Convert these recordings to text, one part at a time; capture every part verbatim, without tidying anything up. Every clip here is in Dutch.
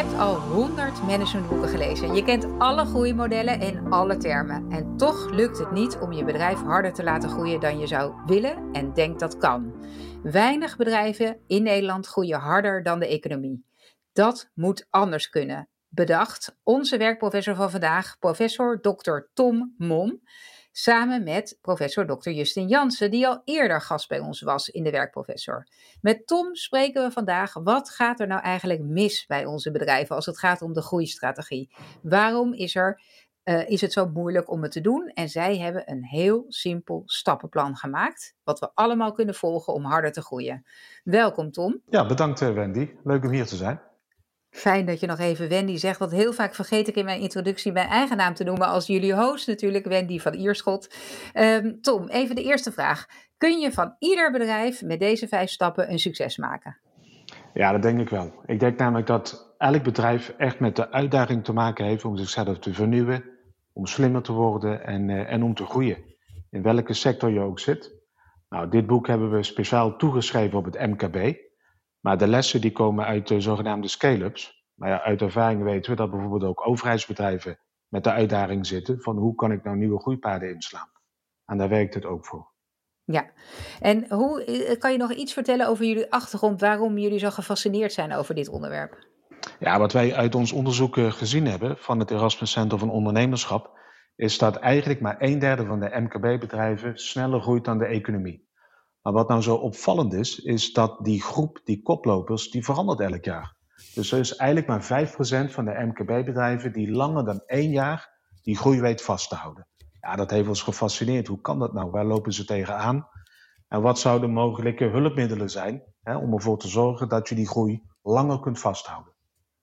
hebt al honderd managementboeken gelezen. Je kent alle groeimodellen en alle termen. En toch lukt het niet om je bedrijf harder te laten groeien dan je zou willen en denkt dat kan. Weinig bedrijven in Nederland groeien harder dan de economie. Dat moet anders kunnen. Bedacht onze werkprofessor van vandaag, professor dokter Tom Mom, samen met professor dokter Justin Jansen, die al eerder gast bij ons was in de werkprofessor. Met Tom spreken we vandaag, wat gaat er nou eigenlijk mis bij onze bedrijven als het gaat om de groeistrategie? Waarom is, er, uh, is het zo moeilijk om het te doen? En zij hebben een heel simpel stappenplan gemaakt, wat we allemaal kunnen volgen om harder te groeien. Welkom Tom. Ja, bedankt Wendy. Leuk om hier te zijn. Fijn dat je nog even Wendy zegt, want heel vaak vergeet ik in mijn introductie mijn eigen naam te noemen als jullie host natuurlijk, Wendy van Ierschot. Um, Tom, even de eerste vraag. Kun je van ieder bedrijf met deze vijf stappen een succes maken? Ja, dat denk ik wel. Ik denk namelijk dat elk bedrijf echt met de uitdaging te maken heeft om zichzelf te vernieuwen, om slimmer te worden en, uh, en om te groeien. In welke sector je ook zit. Nou, dit boek hebben we speciaal toegeschreven op het M K B. Maar de lessen die komen uit de zogenaamde scale-ups. Maar ja, uit ervaring weten we dat bijvoorbeeld ook overheidsbedrijven met de uitdaging zitten van hoe kan ik nou nieuwe groeipaden inslaan. En daar werkt het ook voor. Ja, en hoe kan je nog iets vertellen over jullie achtergrond, waarom jullie zo gefascineerd zijn over dit onderwerp? Ja, wat wij uit ons onderzoek gezien hebben van het Erasmus Centrum van Ondernemerschap, is dat eigenlijk maar een derde van de M K B-bedrijven sneller groeit dan de economie. Maar wat nou zo opvallend is, is dat die groep, die koplopers, die verandert elk jaar. Dus er is eigenlijk maar vijf procent van de M K B-bedrijven die langer dan één jaar die groei weet vast te houden. Ja, dat heeft ons gefascineerd. Hoe kan dat nou? Waar lopen ze tegenaan? En wat zouden mogelijke hulpmiddelen zijn, hè, om ervoor te zorgen dat je die groei langer kunt vasthouden?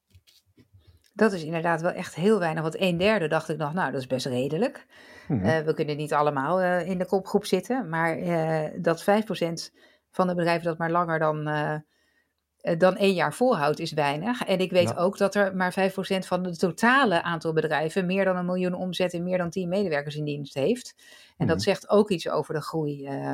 Dat is inderdaad wel echt heel weinig. Want een derde dacht ik nog, nou dat is best redelijk. Mm-hmm. Uh, we kunnen niet allemaal uh, in de kopgroep zitten. Maar uh, dat vijf procent van de bedrijven dat maar langer dan, uh, dan één jaar volhoudt is weinig. En ik weet ja. ook dat er maar vijf procent van het totale aantal bedrijven meer dan een miljoen omzet en meer dan tien medewerkers in dienst heeft. En mm-hmm. dat zegt ook iets over de groei. Uh,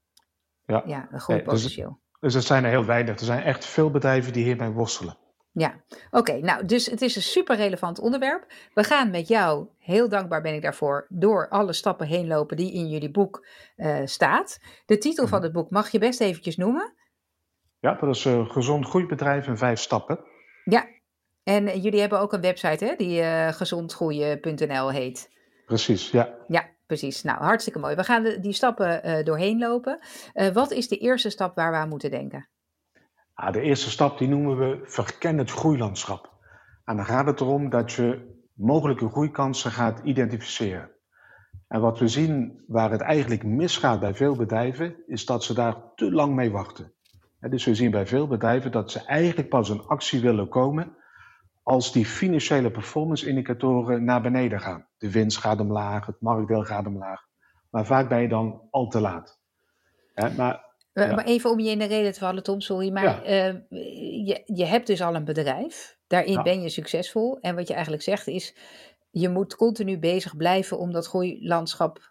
ja. ja, de groeipotentieel. Nee, dus, dus er zijn er heel weinig. Er zijn echt veel bedrijven die hiermee worstelen. Ja, oké. Okay, nou, dus het is een super relevant onderwerp. We gaan met jou, heel dankbaar ben ik daarvoor, door alle stappen heen lopen die in jullie boek uh, staat. De titel van het boek mag je best eventjes noemen. Ja, dat is uh, Gezond Groeibedrijf in vijf stappen. Ja, en uh, jullie hebben ook een website hè, die uh, gezondgroeien punt n l heet. Precies, ja. Ja, precies. Nou, hartstikke mooi. We gaan de, die stappen uh, doorheen lopen. Uh, wat is de eerste stap waar we aan moeten denken? Ah, de eerste stap die noemen we verken het groeilandschap. En dan gaat het erom dat je mogelijke groeikansen gaat identificeren. En wat we zien waar het eigenlijk misgaat bij veel bedrijven, is dat ze daar te lang mee wachten. En dus we zien bij veel bedrijven dat ze eigenlijk pas in actie willen komen als die financiële performance indicatoren naar beneden gaan. De winst gaat omlaag, het marktdeel gaat omlaag. Maar vaak ben je dan al te laat. Ja, maar Ja. Maar even om je in de reden te vallen, Tom, sorry. Maar ja. uh, je, je hebt dus al een bedrijf. Daarin ja. ben je succesvol. En wat je eigenlijk zegt is, je moet continu bezig blijven om dat groeilandschap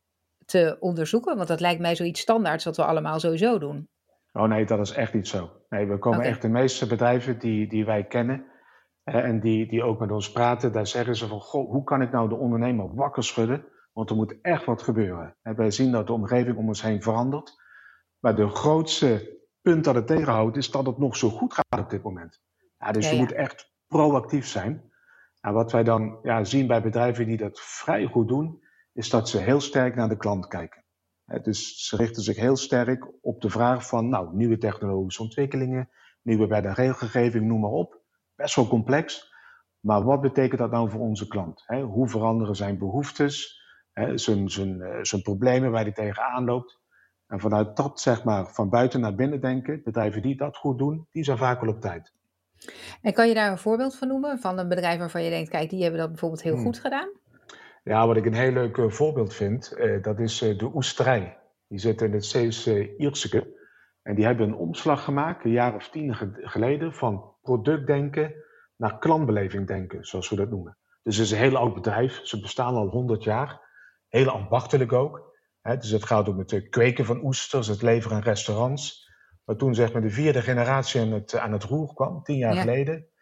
te onderzoeken. Want dat lijkt mij zoiets standaards wat we allemaal sowieso doen. Oh nee, dat is echt niet zo. Nee, we komen okay. echt de meeste bedrijven die, die wij kennen hè, en die, die ook met ons praten, daar zeggen ze van, goh, hoe kan ik nou de ondernemer wakker schudden? Want er moet echt wat gebeuren. En wij zien dat de omgeving om ons heen verandert. Maar de grootste punt dat het tegenhoudt is dat het nog zo goed gaat op dit moment. Ja, dus ja, je ja. moet echt proactief zijn. En wat wij dan ja, zien bij bedrijven die dat vrij goed doen, is dat ze heel sterk naar de klant kijken. He, dus ze richten zich heel sterk op de vraag van nou, nieuwe technologische ontwikkelingen, nieuwe wet en regelgeving, noem maar op. Best wel complex. Maar wat betekent dat nou voor onze klant? He, hoe veranderen zijn behoeftes, he, zijn, zijn, zijn problemen waar hij tegenaan loopt? En vanuit dat, zeg maar, van buiten naar binnen denken, bedrijven die dat goed doen, die zijn vaak wel op tijd. En kan je daar een voorbeeld van noemen? Van een bedrijf waarvan je denkt, kijk, die hebben dat bijvoorbeeld heel hmm. goed gedaan? Ja, wat ik een heel leuk uh, voorbeeld vind, uh, dat is uh, de oesterij. Die zit in het Zeeuwse Ierseke. En die hebben een omslag gemaakt, een jaar of tien ge- geleden, van productdenken naar klantbeleving denken, zoals we dat noemen. Dus het is een heel oud bedrijf. Ze bestaan al honderd jaar. Heel ambachtelijk ook. He, dus het gaat om het kweken van oesters, het leveren aan restaurants. Maar toen zeg maar de vierde generatie aan het, aan het roer kwam, tien jaar ja. geleden,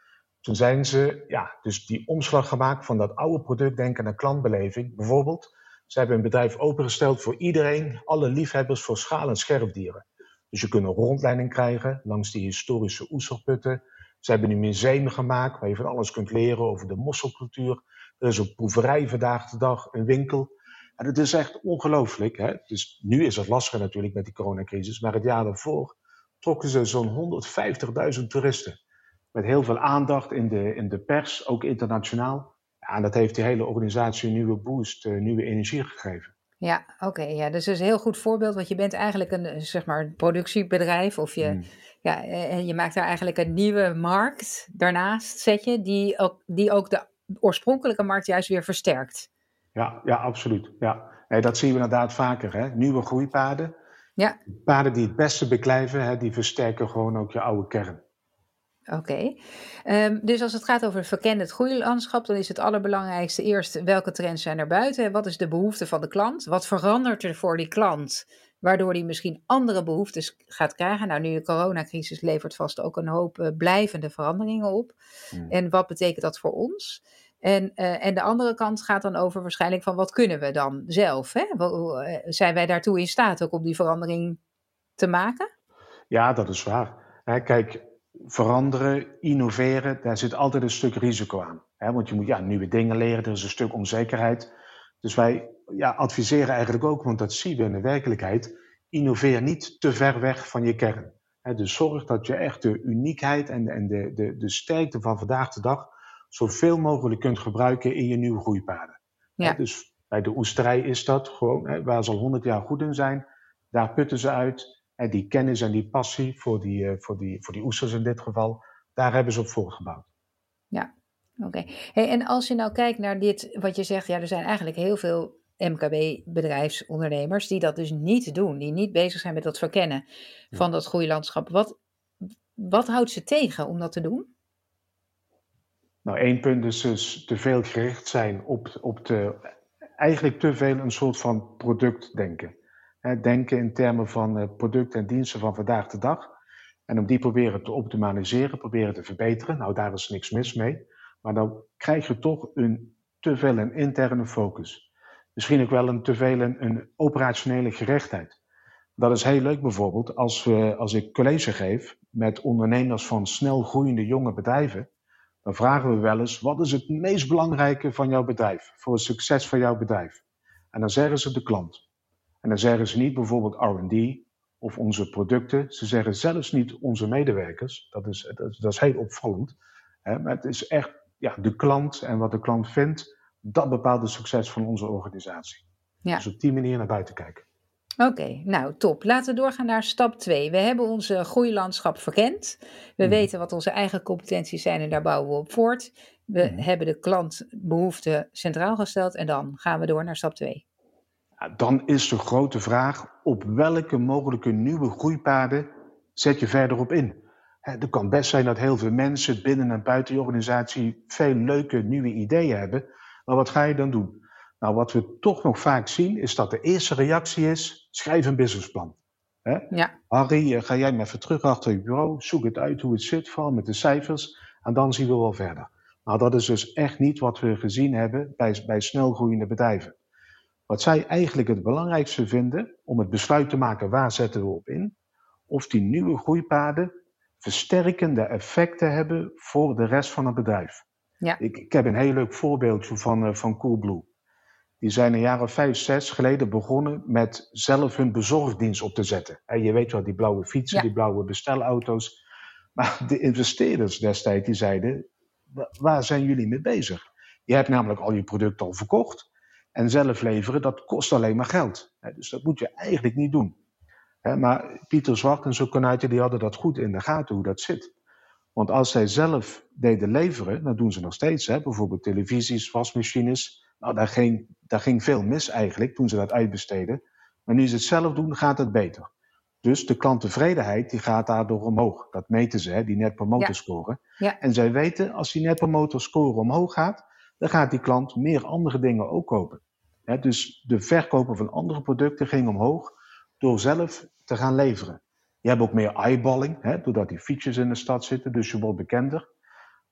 Toen zijn ze ja, dus die omslag gemaakt van dat oude product denken naar klantbeleving. Bijvoorbeeld, ze hebben een bedrijf opengesteld voor iedereen, alle liefhebbers voor schaal- en scherpdieren. Dus je kunt een rondleiding krijgen langs die historische oesterputten. Ze hebben een museum gemaakt waar je van alles kunt leren over de mosselcultuur. Er is een proeverij vandaag de dag, een winkel. En het is echt ongelooflijk. Hè? Dus nu is het lastiger natuurlijk met die coronacrisis. Maar het jaar daarvoor trokken ze zo'n honderdvijftigduizend toeristen. Met heel veel aandacht in de, in de pers, ook internationaal. Ja, en dat heeft die hele organisatie een nieuwe boost, uh, nieuwe energie gegeven. Ja, oké. Okay, ja, dus dat is een heel goed voorbeeld. Want je bent eigenlijk een, zeg maar, een productiebedrijf. Of je, hmm. ja, en je maakt daar eigenlijk een nieuwe markt daarnaast, zet je. Die ook, die ook de oorspronkelijke markt juist weer versterkt. Ja, ja, absoluut. Ja. Nee, dat zien we inderdaad vaker. Hè? Nieuwe groeipaden. Ja. Paden die het beste beklijven, hè, die versterken gewoon ook je oude kern. Oké, okay. um, dus als het gaat over verkennen het groeilandschap, dan is het allerbelangrijkste eerst welke trends zijn er buiten? Wat is de behoefte van de klant? Wat verandert er voor die klant, waardoor die misschien andere behoeftes gaat krijgen? Nou, nu de coronacrisis levert vast ook een hoop uh, blijvende veranderingen op. Hmm. En wat betekent dat voor ons? En, uh, en de andere kant gaat dan over waarschijnlijk van wat kunnen we dan zelf? Hè? Zijn wij daartoe in staat ook om die verandering te maken? Ja, dat is waar. Hè, kijk, veranderen, innoveren, daar zit altijd een stuk risico aan. Hè? Want je moet ja, nieuwe dingen leren, er is een stuk onzekerheid. Dus wij ja, adviseren eigenlijk ook, want dat zien we in de werkelijkheid, innoveer niet te ver weg van je kern. Hè? Dus zorg dat je echt de uniekheid en, en de, de, de sterkte van vandaag de dag zoveel mogelijk kunt gebruiken in je nieuwe groeipaden. Ja. Hè? Dus bij de oesterij is dat gewoon, hè, waar ze al honderd jaar goed in zijn, daar putten ze uit. En die kennis en die passie voor die, uh, voor, die, voor die oesters in dit geval, daar hebben ze op voortgebouwd. Ja, oké. Okay. Hey, en als je nou kijkt naar dit, wat je zegt, ja, er zijn eigenlijk heel veel M K B-bedrijfsondernemers die dat dus niet doen, die niet bezig zijn met dat verkennen van dat groeilandschap. Wat, wat houdt ze tegen om dat te doen? Nou, één punt is dus te veel gericht zijn op, op de, eigenlijk te veel een soort van productdenken. Denken in termen van producten en diensten van vandaag de dag. En om die proberen te optimaliseren, proberen te verbeteren. Nou, daar is niks mis mee. Maar dan krijg je toch een, te veel een interne focus. Misschien ook wel een te veel een, een operationele gerechtheid. Dat is heel leuk bijvoorbeeld als, we, als ik college geef met ondernemers van snel groeiende jonge bedrijven. Dan vragen we wel eens, wat is het meest belangrijke van jouw bedrijf? Voor het succes van jouw bedrijf? En dan zeggen ze de klant. En dan zeggen ze niet bijvoorbeeld R en D of onze producten. Ze zeggen zelfs niet onze medewerkers. Dat is, dat is, dat is heel opvallend. Hè? Maar het is echt ja, de klant en wat de klant vindt. Dat bepaalt het succes van onze organisatie. Ja. Dus op die manier naar buiten kijken. Oké, okay, nou top. Laten we doorgaan naar stap twee. We hebben onze groeilandschap verkend. We mm. weten wat onze eigen competenties zijn en daar bouwen we op voort. We mm. hebben de klantbehoeften centraal gesteld en dan gaan we door naar stap twee. Ja, dan is de grote vraag, op welke mogelijke nieuwe groeipaden zet je verder op in? Het kan best zijn dat heel veel mensen binnen en buiten je organisatie veel leuke nieuwe ideeën hebben. Maar wat ga je dan doen? Nou, wat we toch nog vaak zien, is dat de eerste reactie is, schrijf een businessplan. Hè? Ja. Harry, ga jij maar even terug achter je bureau, zoek het uit hoe het zit, vooral met de cijfers, en dan zien we wel verder. Nou, dat is dus echt niet wat we gezien hebben bij, bij snelgroeiende bedrijven. Wat zij eigenlijk het belangrijkste vinden, om het besluit te maken waar zetten we op in, of die nieuwe groeipaden versterkende effecten hebben voor de rest van het bedrijf. Ja. Ik, ik heb een heel leuk voorbeeldje van, uh, van Coolblue. Die zijn een jaar of vijf, zes geleden begonnen met zelf hun bezorgdienst op te zetten. En je weet wel, die blauwe fietsen, ja. die blauwe bestelauto's. Maar de investeerders destijds die zeiden, waar zijn jullie mee bezig? Je hebt namelijk al je producten al verkocht. En zelf leveren, dat kost alleen maar geld. Dus dat moet je eigenlijk niet doen. Maar Pieter Zwart en zijn konuiten, die hadden dat goed in de gaten hoe dat zit. Want als zij zelf deden leveren, dat doen ze nog steeds. Hè? Bijvoorbeeld televisies, wasmachines. Nou, daar ging, daar ging veel mis eigenlijk toen ze dat uitbesteden. Maar nu ze het zelf doen, gaat het beter. Dus de klanttevredenheid die gaat daardoor omhoog. Dat meten ze, hè? Die net promoter score. Ja. Ja. En zij weten, als die net promoter score omhoog gaat, dan gaat die klant meer andere dingen ook kopen. He, dus de verkopen van andere producten ging omhoog door zelf te gaan leveren. Je hebt ook meer eyeballing, he, doordat die fietsjes in de stad zitten, dus je wordt bekender.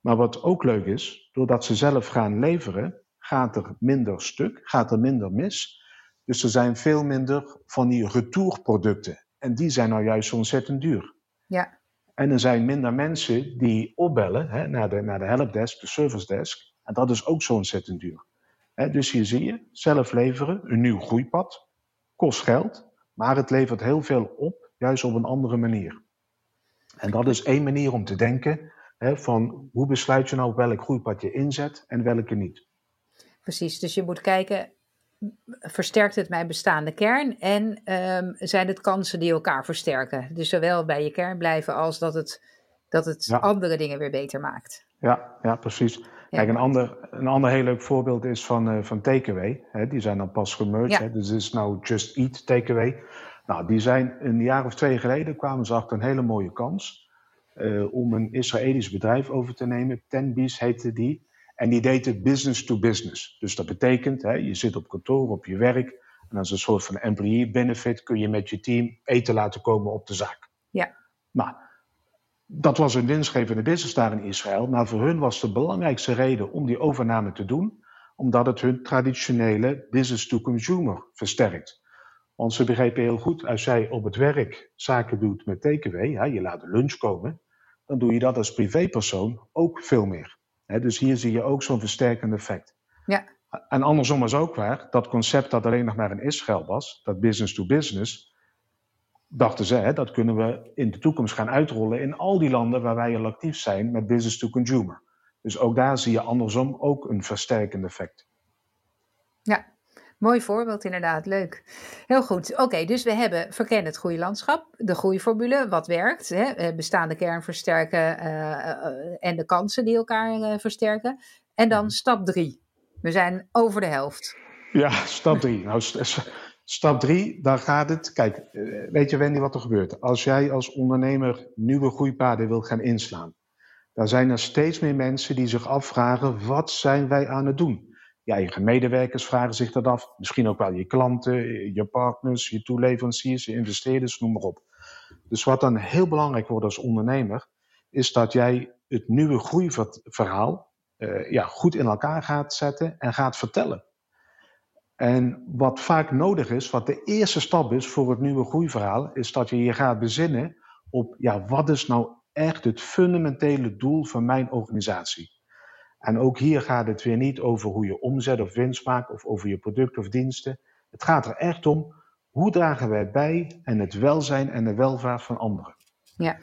Maar wat ook leuk is, doordat ze zelf gaan leveren, gaat er minder stuk, gaat er minder mis. Dus er zijn veel minder van die retourproducten. En die zijn nou juist zo ontzettend duur. Ja. En er zijn minder mensen die opbellen hè, naar, de, naar de helpdesk, de service desk. En dat is ook zo ontzettend duur. Hè, dus hier zie je, zelf leveren, een nieuw groeipad, kost geld. Maar het levert heel veel op, juist op een andere manier. En dat is één manier om te denken hè, van hoe besluit je nou welk groeipad je inzet en welke niet. Precies, dus je moet kijken, versterkt het mijn bestaande kern en um, zijn het kansen die elkaar versterken? Dus zowel bij je kern blijven als dat het, dat het ja. andere dingen weer beter maakt. Ja, ja precies. Ja. Kijk, een ander, een ander heel leuk voorbeeld is van, uh, van Takeaway. Hè, die zijn dan pas gemerged, ja. hè, dus het is nou Just Eat Takeaway. Nou, die zijn een jaar of twee geleden, kwamen ze achter een hele mooie kans uh, om een Israëlisch bedrijf over te nemen. Tenbies heette die. En die deed het business to business. Dus dat betekent, hè, je zit op kantoor, op je werk. En als een soort van employee benefit kun je met je team eten laten komen op de zaak. Ja. Nou, dat was een winstgevende business daar in Israël. Maar voor hun was de belangrijkste reden om die overname te doen, omdat het hun traditionele business to consumer versterkt. Want ze begrepen heel goed, als jij op het werk zaken doet met takeaway, hè, je laat de lunch komen, dan doe je dat als privépersoon ook veel meer. He, dus hier zie je ook zo'n versterkend effect. Ja. En andersom is ook waar, dat concept dat alleen nog maar in Israël was, dat business to business, dachten ze, hè, dat kunnen we in de toekomst gaan uitrollen in al die landen waar wij al actief zijn met business to consumer. Dus ook daar zie je andersom ook een versterkend effect. Ja, mooi voorbeeld inderdaad, leuk. Heel goed, oké, okay, dus we hebben verkennen het groeilandschap, de groeiformule, wat werkt, hè, bestaande kern versterken uh, uh, en de kansen die elkaar uh, versterken. En dan stap drie, we zijn over de helft. Ja, stap drie. Nou, st- stap drie, daar gaat het, kijk, uh, weet je Wendy wat er gebeurt? Als jij als ondernemer nieuwe groeipaden wil gaan inslaan, dan zijn er steeds meer mensen die zich afvragen, wat zijn wij aan het doen? Ja, je medewerkers vragen zich dat af. Misschien ook wel je klanten, je partners, je toeleveranciers, je investeerders, noem maar op. Dus wat dan heel belangrijk wordt als ondernemer, is dat jij het nieuwe groeiverhaal uh, ja, goed in elkaar gaat zetten en gaat vertellen. En wat vaak nodig is, wat de eerste stap is voor het nieuwe groeiverhaal, is dat je je gaat bezinnen op, ja, wat is nou echt het fundamentele doel van mijn organisatie? En ook hier gaat het weer niet over hoe je omzet of winst maakt of over je product of diensten. Het gaat er echt om, hoe dragen wij bij aan het welzijn en de welvaart van anderen. Ja.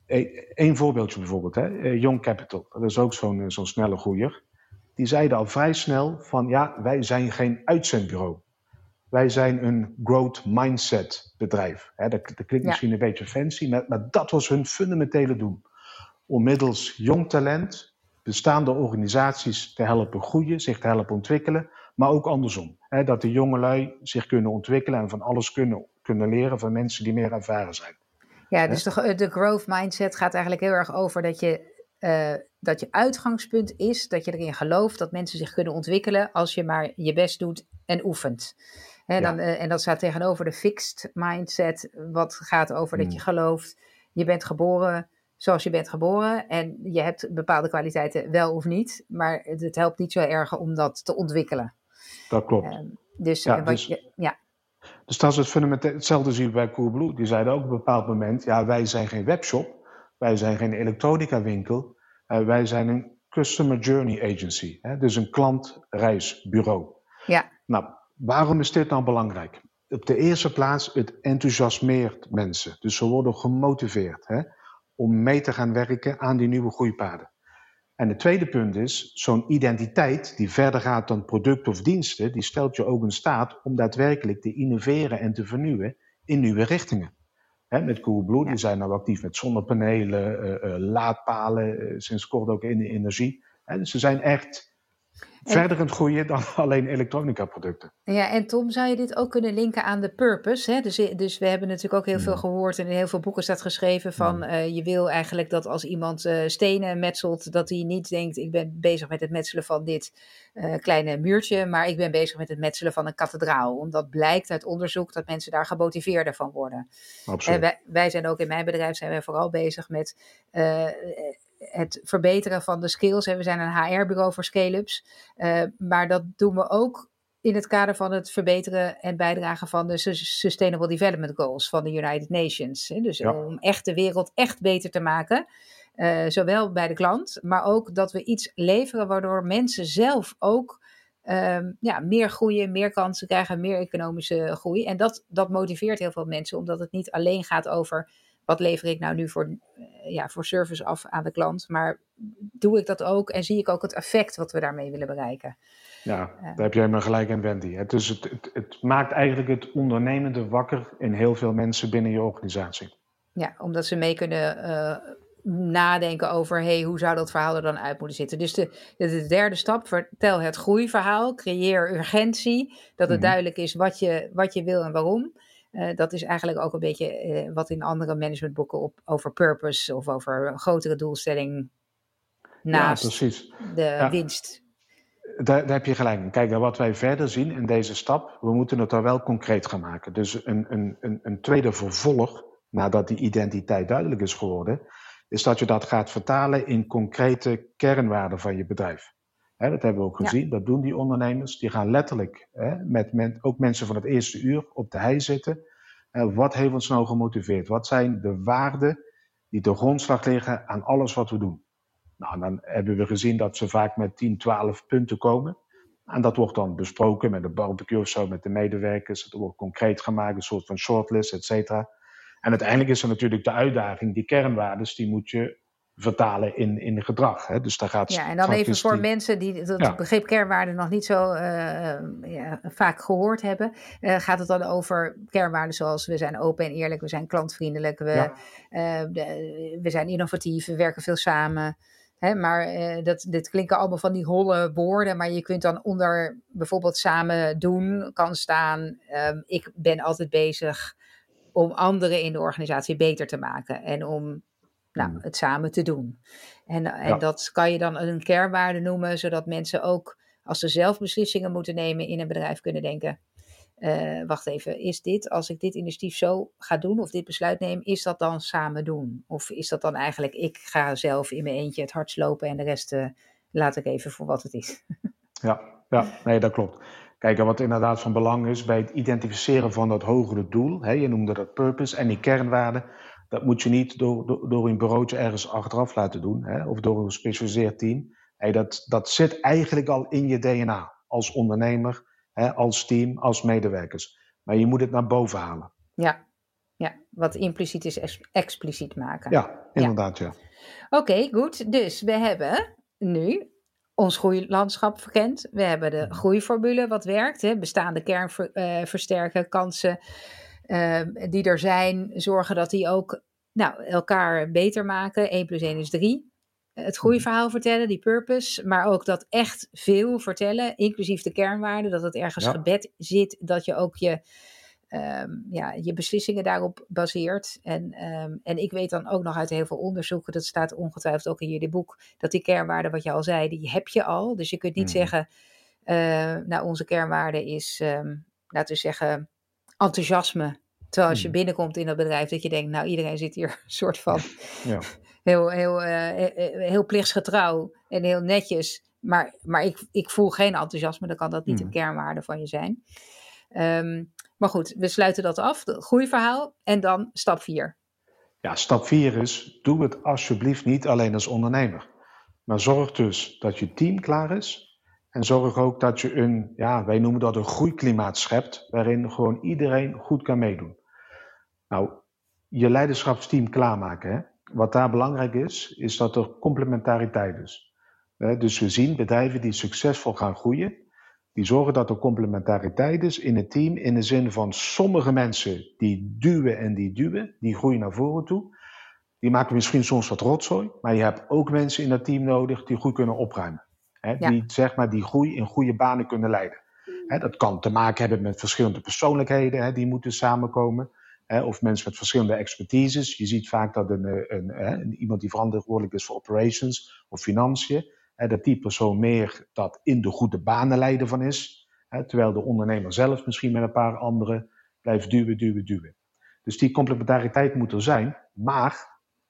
Eén voorbeeldje bijvoorbeeld, hè? Young Capital, dat is ook zo'n, zo'n snelle groeier. Die zeiden al vrij snel van ja, wij zijn geen uitzendbureau. Wij zijn een growth mindset bedrijf. Hè, dat, dat klinkt misschien ja. een beetje fancy, maar, maar dat was hun fundamentele doel. Om middels jong talent bestaande organisaties te helpen groeien, zich te helpen ontwikkelen, maar ook andersom. Hè, dat de jongelui zich kunnen ontwikkelen en van alles kunnen, kunnen leren van mensen die meer ervaren zijn. Ja, dus de, de growth mindset gaat eigenlijk heel erg over dat je, uh, dat je uitgangspunt is, dat je erin gelooft dat mensen zich kunnen ontwikkelen als je maar je best doet en oefent. Hè, dan, ja. uh, en dat staat tegenover de fixed mindset, wat gaat over hmm. dat je gelooft, je bent geboren zoals je bent geboren en je hebt bepaalde kwaliteiten wel of niet, maar het, het helpt niet zo erg om dat te ontwikkelen. Dat klopt. Uh, dus, ja, uh, wat dus, je, ja. dus dat is het fundamenteel. Hetzelfde zie je bij Coolblue. Die zeiden ook op een bepaald moment, ja, wij zijn geen webshop, wij zijn geen elektronica winkel, uh, wij zijn een customer journey agency, hè, dus een klantreisbureau. Ja. Nou, waarom is dit nou belangrijk? Op de eerste plaats, het enthousiasmeert mensen. Dus ze worden gemotiveerd, hè, om mee te gaan werken aan die nieuwe groeipaden. En het tweede punt is, zo'n identiteit die verder gaat dan product of diensten, die stelt je ook in staat om daadwerkelijk te innoveren en te vernieuwen in nieuwe richtingen. He, met Coolblue, ja. die zijn nou actief met zonnepanelen, uh, uh, laadpalen, uh, sinds kort ook in de energie. He, dus ze zijn echt en, verder aan het groeien dan alleen elektronica producten. Ja, en Tom, zou je dit ook kunnen linken aan de purpose? Hè? Dus, dus we hebben natuurlijk ook heel veel gehoord en in heel veel boeken staat geschreven van uh, je wil eigenlijk dat als iemand uh, stenen metselt, dat hij niet denkt ik ben bezig met het metselen van dit uh, kleine muurtje, maar ik ben bezig met het metselen van een kathedraal. Omdat blijkt uit onderzoek dat mensen daar gemotiveerder van worden. Absoluut. En wij, wij zijn ook in mijn bedrijf zijn wij vooral bezig met Uh, het verbeteren van de skills. Hè. We zijn een H R-bureau voor scale-ups. Uh, maar dat doen we ook in het kader van het verbeteren en bijdragen van de Sustainable Development Goals van de United Nations. Hè. Dus ja. om echt de wereld echt beter te maken. Uh, zowel bij de klant, maar ook dat we iets leveren waardoor mensen zelf ook um, ja, meer groeien, meer kansen krijgen, meer economische groei. En dat, dat motiveert heel veel mensen, omdat het niet alleen gaat over wat lever ik nou nu voor, uh, ja, voor service af aan de klant, maar doe ik dat ook en zie ik ook het effect wat we daarmee willen bereiken. Ja, daar heb jij maar gelijk aan, Wendy. Het, dus het, het, het maakt eigenlijk het ondernemende wakker in heel veel mensen binnen je organisatie. Ja, omdat ze mee kunnen uh, nadenken over, hey, hoe zou dat verhaal er dan uit moeten zitten? Dus de, de derde stap, vertel het groeiverhaal, creëer urgentie, dat het mm-hmm. duidelijk is wat je, wat je wil en waarom. Uh, dat is eigenlijk ook een beetje uh, wat in andere managementboeken op, over purpose of over een grotere doelstelling naast ja, de ja. winst. Daar, daar heb je gelijk in. Kijk, wat wij verder zien in deze stap, we moeten het dan wel concreet gaan maken. Dus een, een, een, een tweede vervolg, nadat die identiteit duidelijk is geworden, is dat je dat gaat vertalen in concrete kernwaarden van je bedrijf. Hè, dat hebben we ook gezien, ja. dat doen die ondernemers. Die gaan letterlijk, hè, met men, ook mensen van het eerste uur, op de hei zitten. Uh, wat heeft ons nou gemotiveerd? Wat zijn de waarden die de grondslag liggen aan alles wat we doen? Nou, dan hebben we gezien dat ze vaak met tien, twaalf punten komen. En dat wordt dan besproken met een barbecue of zo, met de medewerkers. Het wordt concreet gemaakt, een soort van shortlist, et cetera. En uiteindelijk is er natuurlijk de uitdaging, die kernwaarden, die moet je vertalen in, in gedrag. Hè? Dus daar gaat ja, en dan even voor die... mensen die het ja. begrip kernwaarden nog niet zo uh, ja, vaak gehoord hebben. Uh, gaat het dan over kernwaarden zoals we zijn open en eerlijk, we zijn klantvriendelijk, we, ja. uh, de, we zijn innovatief, we werken veel samen. Hè, maar uh, dat, dit klinken allemaal van die holle woorden, maar je kunt dan onder bijvoorbeeld samen doen, kan staan, um, ik ben altijd bezig om anderen in de organisatie beter te maken en om nou, het samen te doen. En, en ja. dat kan je dan een kernwaarde noemen, zodat mensen ook, als ze zelf beslissingen moeten nemen in een bedrijf, kunnen denken, uh, wacht even, is dit, als ik dit initiatief zo ga doen of dit besluit neem, is dat dan samen doen? Of is dat dan eigenlijk, ik ga zelf in mijn eentje het hardst lopen en de rest uh, laat ik even voor wat het is? Ja, ja, nee, dat klopt. Kijk, en wat inderdaad van belang is bij het identificeren van dat hogere doel, hè, je noemde dat purpose en die kernwaarden, dat moet je niet door, door, door een bureautje ergens achteraf laten doen, hè, of door een gespecialiseerd team. Hey, dat, dat zit eigenlijk al in je D N A, als ondernemer, hè, als team, als medewerkers. Maar je moet het naar boven halen. Ja, ja. Wat impliciet is, ex- expliciet maken. Ja, inderdaad, ja. ja. Oké, okay, goed. Dus we hebben nu ons groeilandschap verkend. We hebben de groeiformule, wat werkt. Hè? Bestaande kern ver, uh, versterken, kansen uh, die er zijn, zorgen dat die ook nou, elkaar beter maken. één plus één is drie. Het groeiverhaal vertellen, die purpose. Maar ook dat echt veel vertellen, inclusief de kernwaarden. Dat het ergens ja. gebed zit, dat je ook je, um, ja, je beslissingen daarop baseert. En, um, en ik weet dan ook nog uit heel veel onderzoeken, dat staat ongetwijfeld ook in jullie boek, dat die kernwaarden, wat je al zei, die heb je al. Dus je kunt niet mm. zeggen, uh, nou onze kernwaarde is, um, laten we zeggen, enthousiasme. Terwijl als je binnenkomt in dat bedrijf, dat je denkt, nou iedereen zit hier een soort van ja. heel, heel, uh, heel plichtsgetrouw en heel netjes. Maar, maar ik, ik voel geen enthousiasme, dan kan dat niet mm. een kernwaarde van je zijn. Um, maar goed, we sluiten dat af, het groeiverhaal. En dan stap vier. Ja, stap vier is, doe het alsjeblieft niet alleen als ondernemer. Maar zorg dus dat je team klaar is. En zorg ook dat je een, ja, wij noemen dat een groeiklimaat schept, waarin gewoon iedereen goed kan meedoen. Nou, je leiderschapsteam klaarmaken, hè? Wat daar belangrijk is, is dat er complementariteit is. Dus we zien bedrijven die succesvol gaan groeien, die zorgen dat er complementariteit is in het team, in de zin van sommige mensen die duwen en die duwen, die groeien naar voren toe. Die maken misschien soms wat rotzooi, maar je hebt ook mensen in dat team nodig die goed kunnen opruimen. Hè, ja. Die, zeg maar, die groei in goede banen kunnen leiden. Hè, dat kan te maken hebben met verschillende persoonlijkheden, hè, die moeten samenkomen. Hè, of mensen met verschillende expertises. Je ziet vaak dat een, een, een, iemand die verantwoordelijk is voor operations of financiën, hè, dat die persoon meer dat in de goede banen leiden van is. Hè, terwijl de ondernemer zelf misschien met een paar anderen blijft duwen, duwen, duwen. Dus die complementariteit moet er zijn. Maar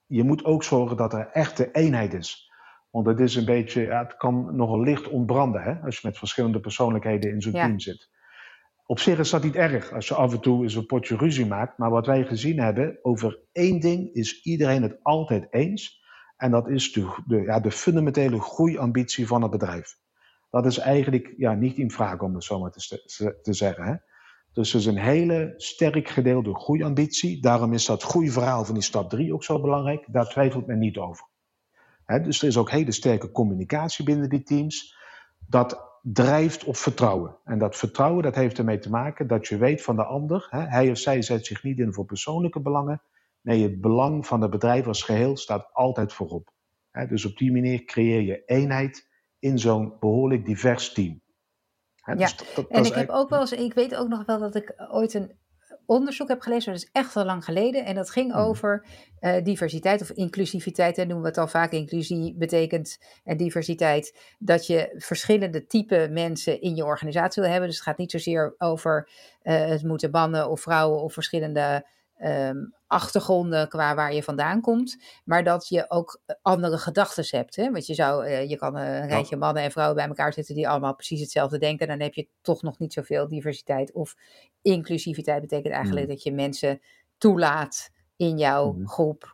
je moet ook zorgen dat er echte eenheid is. Want het is een beetje, ja, het kan nogal licht ontbranden, hè, als je met verschillende persoonlijkheden in zo'n Ja. team zit. Op zich is dat niet erg, als je af en toe eens een potje ruzie maakt. Maar wat wij gezien hebben, over één ding is iedereen het altijd eens. En dat is de, de, ja, de fundamentele groeiambitie van het bedrijf. Dat is eigenlijk ja, niet in vraag, om het zo maar te, te zeggen. Hè. Dus het is een hele sterk gedeelde groeiambitie. Daarom is dat groeiverhaal van die stap drie ook zo belangrijk. Daar twijfelt men niet over. He, dus er is ook hele sterke communicatie binnen die teams. Dat drijft op vertrouwen. En dat vertrouwen dat heeft ermee te maken dat je weet van de ander. He, hij of zij zet zich niet in voor persoonlijke belangen. Nee, het belang van het bedrijf als geheel staat altijd voorop. He, dus op die manier creëer je eenheid in zo'n behoorlijk divers team. He, dus ja, dat, dat, en dat ik heb ook wel eens, ik weet ook nog wel dat ik ooit een onderzoek heb gelezen, dat is echt al lang geleden. En dat ging hmm. over uh, diversiteit of inclusiviteit. En noemen we het al vaak. Inclusie betekent en diversiteit dat je verschillende type mensen in je organisatie wil hebben. Dus het gaat niet zozeer over uh, het moeten mannen of vrouwen of verschillende um, achtergronden qua waar je vandaan komt. Maar dat je ook andere gedachten hebt. Hè? Want je zou, uh, je kan een rijtje ja. mannen en vrouwen bij elkaar zetten die allemaal precies hetzelfde denken. Dan heb je toch nog niet zoveel diversiteit. Of inclusiviteit betekent eigenlijk mm. dat je mensen toelaat in jouw mm. groep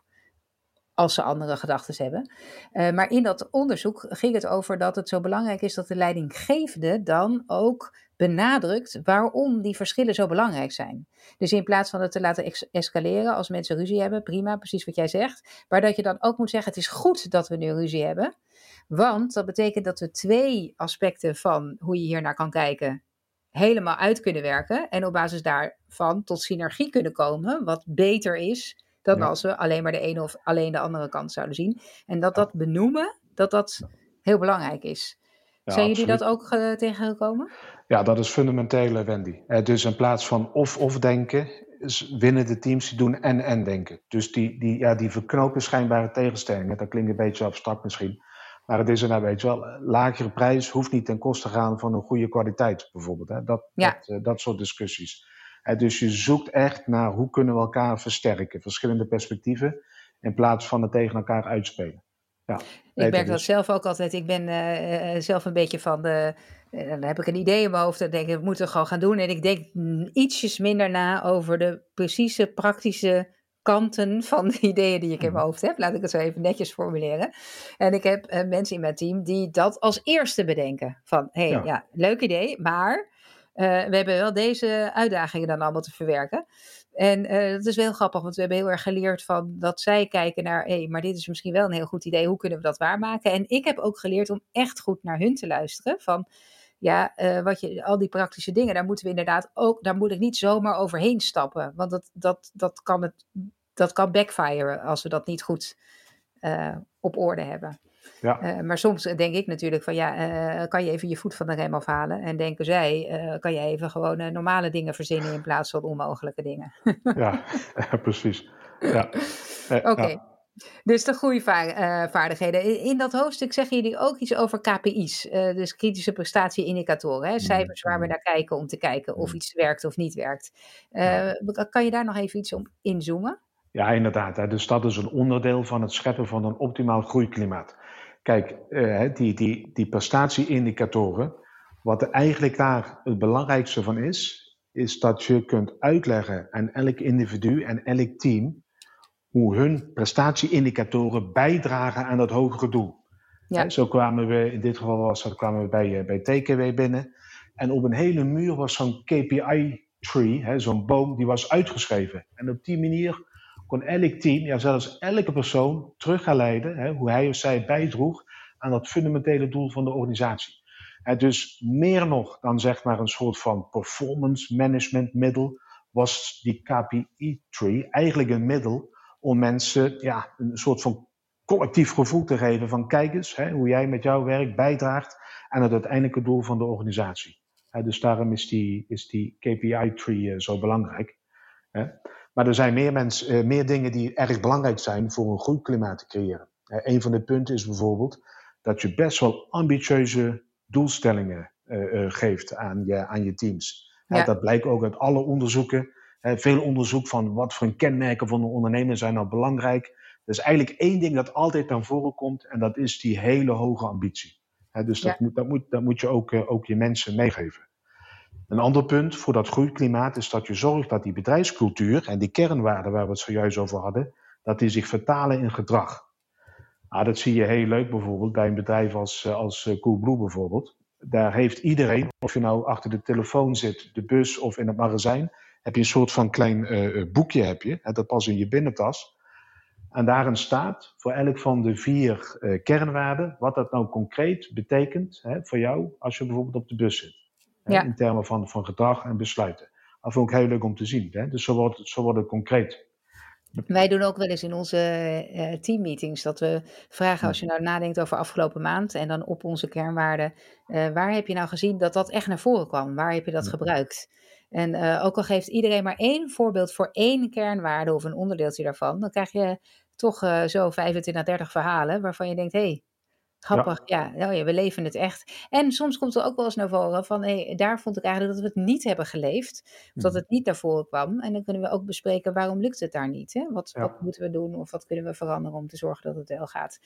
als ze andere gedachten hebben. Uh, maar in dat onderzoek ging het over dat het zo belangrijk is dat de leidinggevende dan ook benadrukt waarom die verschillen zo belangrijk zijn. Dus in plaats van het te laten ex- escaleren als mensen ruzie hebben, prima, precies wat jij zegt, maar dat je dan ook moet zeggen, het is goed dat we nu ruzie hebben, want dat betekent dat we twee aspecten van hoe je hier naar kan kijken helemaal uit kunnen werken en op basis daarvan tot synergie kunnen komen, wat beter is dan ja. als we alleen maar de ene of alleen de andere kant zouden zien. En dat dat benoemen, dat dat heel belangrijk is. Ja, zijn jullie absoluut. Dat ook uh, tegengekomen? Ja, dat is fundamenteel, Wendy. Uh, dus in plaats van of-of denken, winnen de teams die doen en-en denken. Dus die, die, ja, die verknopen schijnbare tegenstellingen. Dat klinkt een beetje abstract misschien. Maar het is er nou, weet je wel, lagere prijs hoeft niet ten koste te gaan van een goede kwaliteit bijvoorbeeld. Hè? Dat, ja. dat, uh, dat soort discussies. Uh, dus je zoekt echt naar hoe kunnen we elkaar versterken. Verschillende perspectieven in plaats van het tegen elkaar uitspelen. Ja, ik merk dat zelf ook altijd. Ik ben uh, zelf een beetje van de... Uh, dan heb ik een idee in mijn hoofd. Dan denk ik, we moeten het gewoon gaan doen. En ik denk ietsjes minder na over de precieze, praktische kanten van de ideeën die ik in mijn hoofd heb. Laat ik het zo even netjes formuleren. En ik heb uh, mensen in mijn team die dat als eerste bedenken. Van, hé, hey, ja. ja, leuk idee, maar uh, we hebben wel deze uitdagingen dan allemaal te verwerken. En uh, dat is wel heel grappig, want we hebben heel erg geleerd van dat zij kijken naar, hé, hey, maar dit is misschien wel een heel goed idee, hoe kunnen we dat waarmaken? En ik heb ook geleerd om echt goed naar hun te luisteren, van ja, uh, wat je, al die praktische dingen, daar moeten we inderdaad ook, daar moet ik niet zomaar overheen stappen, want dat, dat, dat, kan, het, dat kan backfiren als we dat niet goed uh, op orde hebben. Ja. Uh, maar soms denk ik natuurlijk van ja, uh, kan je even je voet van de rem afhalen en denken zij, uh, kan je even gewoon uh, normale dingen verzinnen in plaats van onmogelijke dingen. ja, ja, precies. Ja. Uh, Oké, okay. ja. Dus de groeivaardigheden. In, in dat hoofdstuk zeggen jullie ook iets over K P I's, uh, dus kritische prestatieindicatoren, hè? Cijfers waar we naar kijken om te kijken of iets werkt of niet werkt. Uh, ja. Kan je daar nog even iets op inzoomen? Ja, inderdaad. Hè. Dus dat is een onderdeel van het scheppen van een optimaal groeiklimaat. Kijk, uh, die, die, die prestatieindicatoren, wat er eigenlijk daar het belangrijkste van is, is dat je kunt uitleggen aan elk individu en elk team hoe hun prestatieindicatoren bijdragen aan dat hogere doel. Ja. He, zo kwamen we, in dit geval was dat, kwamen we bij, bij T K W binnen. En op een hele muur was zo'n K P I-tree, zo'n boom, die was uitgeschreven. En op die manier kon elk team, ja zelfs elke persoon, terug gaan leiden, he, hoe hij of zij bijdroeg aan dat fundamentele doel van de organisatie. He, dus meer nog dan zeg maar een soort van performance management middel, was die K P I-tree eigenlijk een middel om mensen ja, een soort van collectief gevoel te geven van kijk eens, hè, hoe jij met jouw werk bijdraagt aan het uiteindelijke doel van de organisatie. Hè, dus daarom is die, is die K P I-tree uh, zo belangrijk. Hè. Maar er zijn meer, mens, uh, meer dingen die erg belangrijk zijn voor een groeiklimaat te creëren. Uh, een van de punten is bijvoorbeeld dat je best wel ambitieuze doelstellingen uh, uh, geeft aan je, aan je teams. Ja. Uh, dat blijkt ook uit alle onderzoeken. Uh, veel onderzoek van wat voor kenmerken van een ondernemer zijn nou belangrijk. is eigenlijk één ding dat altijd naar voren komt en dat is die hele hoge ambitie. He, dus dat, ja. moet, dat, moet, dat moet je ook, uh, ook je mensen meegeven. Een ander punt voor dat groeiklimaat is dat je zorgt dat die bedrijfscultuur en die kernwaarden waar we het zojuist over hadden, dat die zich vertalen in gedrag. Ah, dat zie je heel leuk bijvoorbeeld bij een bedrijf als, als Coolblue bijvoorbeeld. Daar heeft iedereen, of je nou achter de telefoon zit, de bus of in het magazijn, heb je een soort van klein uh, boekje, heb je, hè, dat past in je binnentas. En daarin staat voor elk van de vier uh, kernwaarden wat dat nou concreet betekent, hè, voor jou als je bijvoorbeeld op de bus zit. Hè, ja. In termen van, van gedrag en besluiten. Dat vond ik heel leuk om te zien. Hè? Dus zo wordt, het, zo wordt het concreet. Wij doen ook wel eens in onze uh, teammeetings dat we vragen, als je nou nadenkt over afgelopen maand en dan op onze kernwaarden, uh, waar heb je nou gezien dat dat echt naar voren kwam? Waar heb je dat ja. gebruikt? En uh, ook al geeft iedereen maar één voorbeeld voor één kernwaarde of een onderdeeltje daarvan, dan krijg je toch uh, zo vijfentwintig, dertig verhalen waarvan je denkt, hé, hey, grappig, ja, ja, oh ja, we leven het echt. En soms komt er ook wel eens naar voren van, hey, daar vond ik eigenlijk dat we het niet hebben geleefd. Of dat het niet naar voren kwam. En dan kunnen we ook bespreken, waarom lukt het daar niet? Hè? Wat, ja. wat moeten we doen of wat kunnen we veranderen om te zorgen dat het wel gaat?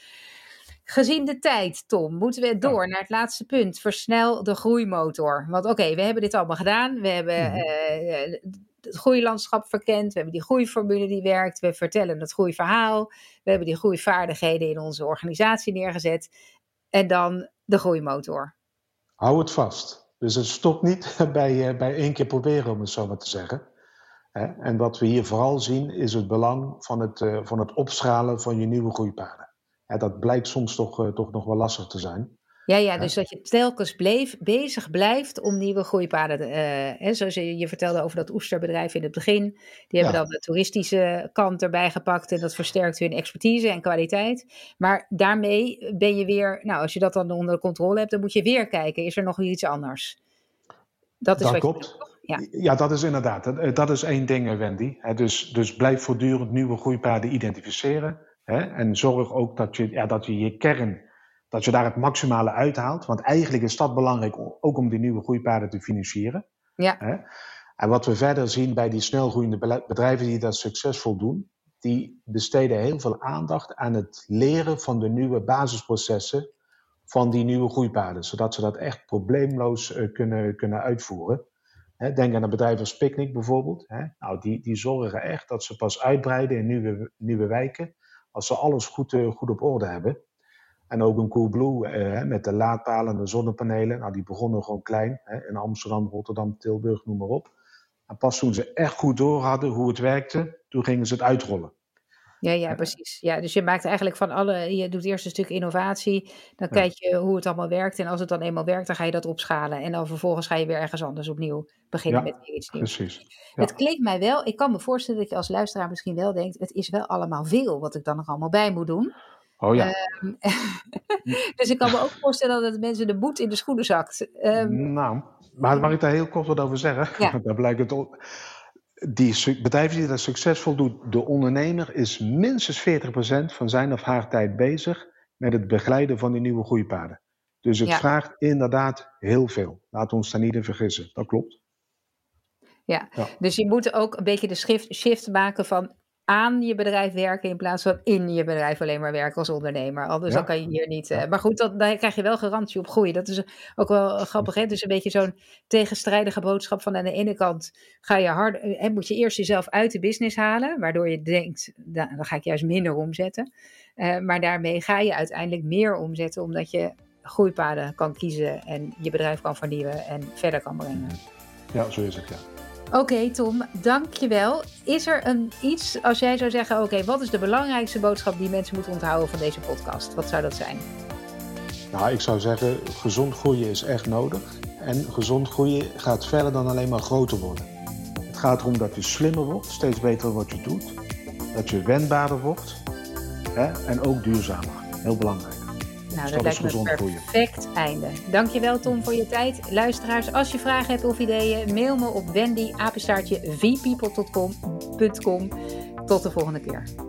Gezien de tijd, Tom, moeten we door ja. naar het laatste punt. Versnel de groeimotor. Want oké, okay, we hebben dit allemaal gedaan. We hebben ja. uh, het groeilandschap verkend. We hebben die groeiformule die werkt. We vertellen het groeiverhaal. We hebben die groeivaardigheden in onze organisatie neergezet. En dan de groeimotor. Hou het vast. Dus het stopt niet bij, uh, bij één keer proberen, om het zo maar te zeggen. Hè? En wat we hier vooral zien is het belang van het, uh, van het opschalen van je nieuwe groeipaden. Ja, dat blijkt soms toch, uh, toch nog wel lastig te zijn. Ja, ja, dus dat je telkens bleef, bezig blijft om nieuwe groeipaden. Uh, hè, zoals je, je vertelde over dat oesterbedrijf in het begin. Die hebben ja. dan de toeristische kant erbij gepakt. En dat versterkt hun expertise en kwaliteit. Maar daarmee ben je weer, nou, als je dat dan onder controle hebt, dan moet je weer kijken. Is er nog iets anders? Dat, is dat wat klopt. Je, ja. ja, dat is inderdaad. Dat, dat is één ding, Wendy. He, dus, dus blijf voortdurend nieuwe groeipaden identificeren. He, en zorg ook dat je, ja, dat je je kern, dat je daar het maximale uithaalt. Want eigenlijk is dat belangrijk ook om die nieuwe groeipaden te financieren. Ja. He. En wat we verder zien bij die snelgroeiende bedrijven die dat succesvol doen, die besteden heel veel aandacht aan het leren van de nieuwe basisprocessen van die nieuwe groeipaden. Zodat ze dat echt probleemloos uh, kunnen, kunnen uitvoeren. He, denk aan een bedrijf als Picnic bijvoorbeeld. He. Nou, die, die zorgen echt dat ze pas uitbreiden in nieuwe, nieuwe wijken als ze alles goed, uh, goed op orde hebben. En ook een Coolblue uh, met de laadpalen en de zonnepanelen. Nou, die begonnen gewoon klein. Hè, in Amsterdam, Rotterdam, Tilburg, noem maar op. En pas toen ze echt goed door hadden hoe het werkte, toen gingen ze het uitrollen. Ja, ja, precies. Ja, dus je maakt eigenlijk van alle, je doet eerst een stuk innovatie, dan ja. kijk je hoe het allemaal werkt en als het dan eenmaal werkt, dan ga je dat opschalen en dan vervolgens ga je weer ergens anders opnieuw beginnen ja, met iets nieuws. Precies. Ja. Het klinkt mij wel, ik kan me voorstellen dat je als luisteraar misschien wel denkt, het is wel allemaal veel wat ik dan nog allemaal bij moet doen. Oh ja. Um, dus ik kan me ook voorstellen dat mensen de moed in de schoenen zakt. Um, nou, maar mag ik daar heel kort wat over zeggen? Ja. Daar blijkt het op. Die bedrijven die dat succesvol doen, de ondernemer is minstens veertig procent van zijn of haar tijd bezig met het begeleiden van die nieuwe groeipaden. Dus het ja. vraagt inderdaad heel veel. Laten we ons daar niet in vergissen. Dat klopt. Ja, ja. Dus je moet ook een beetje de shift, shift maken van aan je bedrijf werken in plaats van in je bedrijf alleen maar werken als ondernemer. Anders ja. dan kan je hier niet... Uh, maar goed, dan, dan krijg je wel garantie op groei. Dat is ook wel grappig, hè? Dus een beetje zo'n tegenstrijdige boodschap van aan de ene kant ga je hard, hè, moet je eerst jezelf uit de business halen, waardoor je denkt, dan, dan ga ik juist minder omzetten. Uh, maar daarmee ga je uiteindelijk meer omzetten, omdat je groeipaden kan kiezen en je bedrijf kan vernieuwen en verder kan brengen. Ja, zo is het, ja. Oké, okay, Tom, dankjewel. Is er een iets, als jij zou zeggen, oké, okay, wat is de belangrijkste boodschap die mensen moeten onthouden van deze podcast? Wat zou dat zijn? Nou, ik zou zeggen, gezond groeien is echt nodig. En gezond groeien gaat verder dan alleen maar groter worden. Het gaat erom dat je slimmer wordt, steeds beter wat je doet. Dat je wendbaarder wordt. Hè, en ook duurzamer. Heel belangrijk. Nou, dus dat, dat lijkt me een perfect einde. Dankjewel, Tom, voor je tijd. Luisteraars, als je vragen hebt of ideeën, mail me op wendy apenstaartje v people dot com. Tot de volgende keer.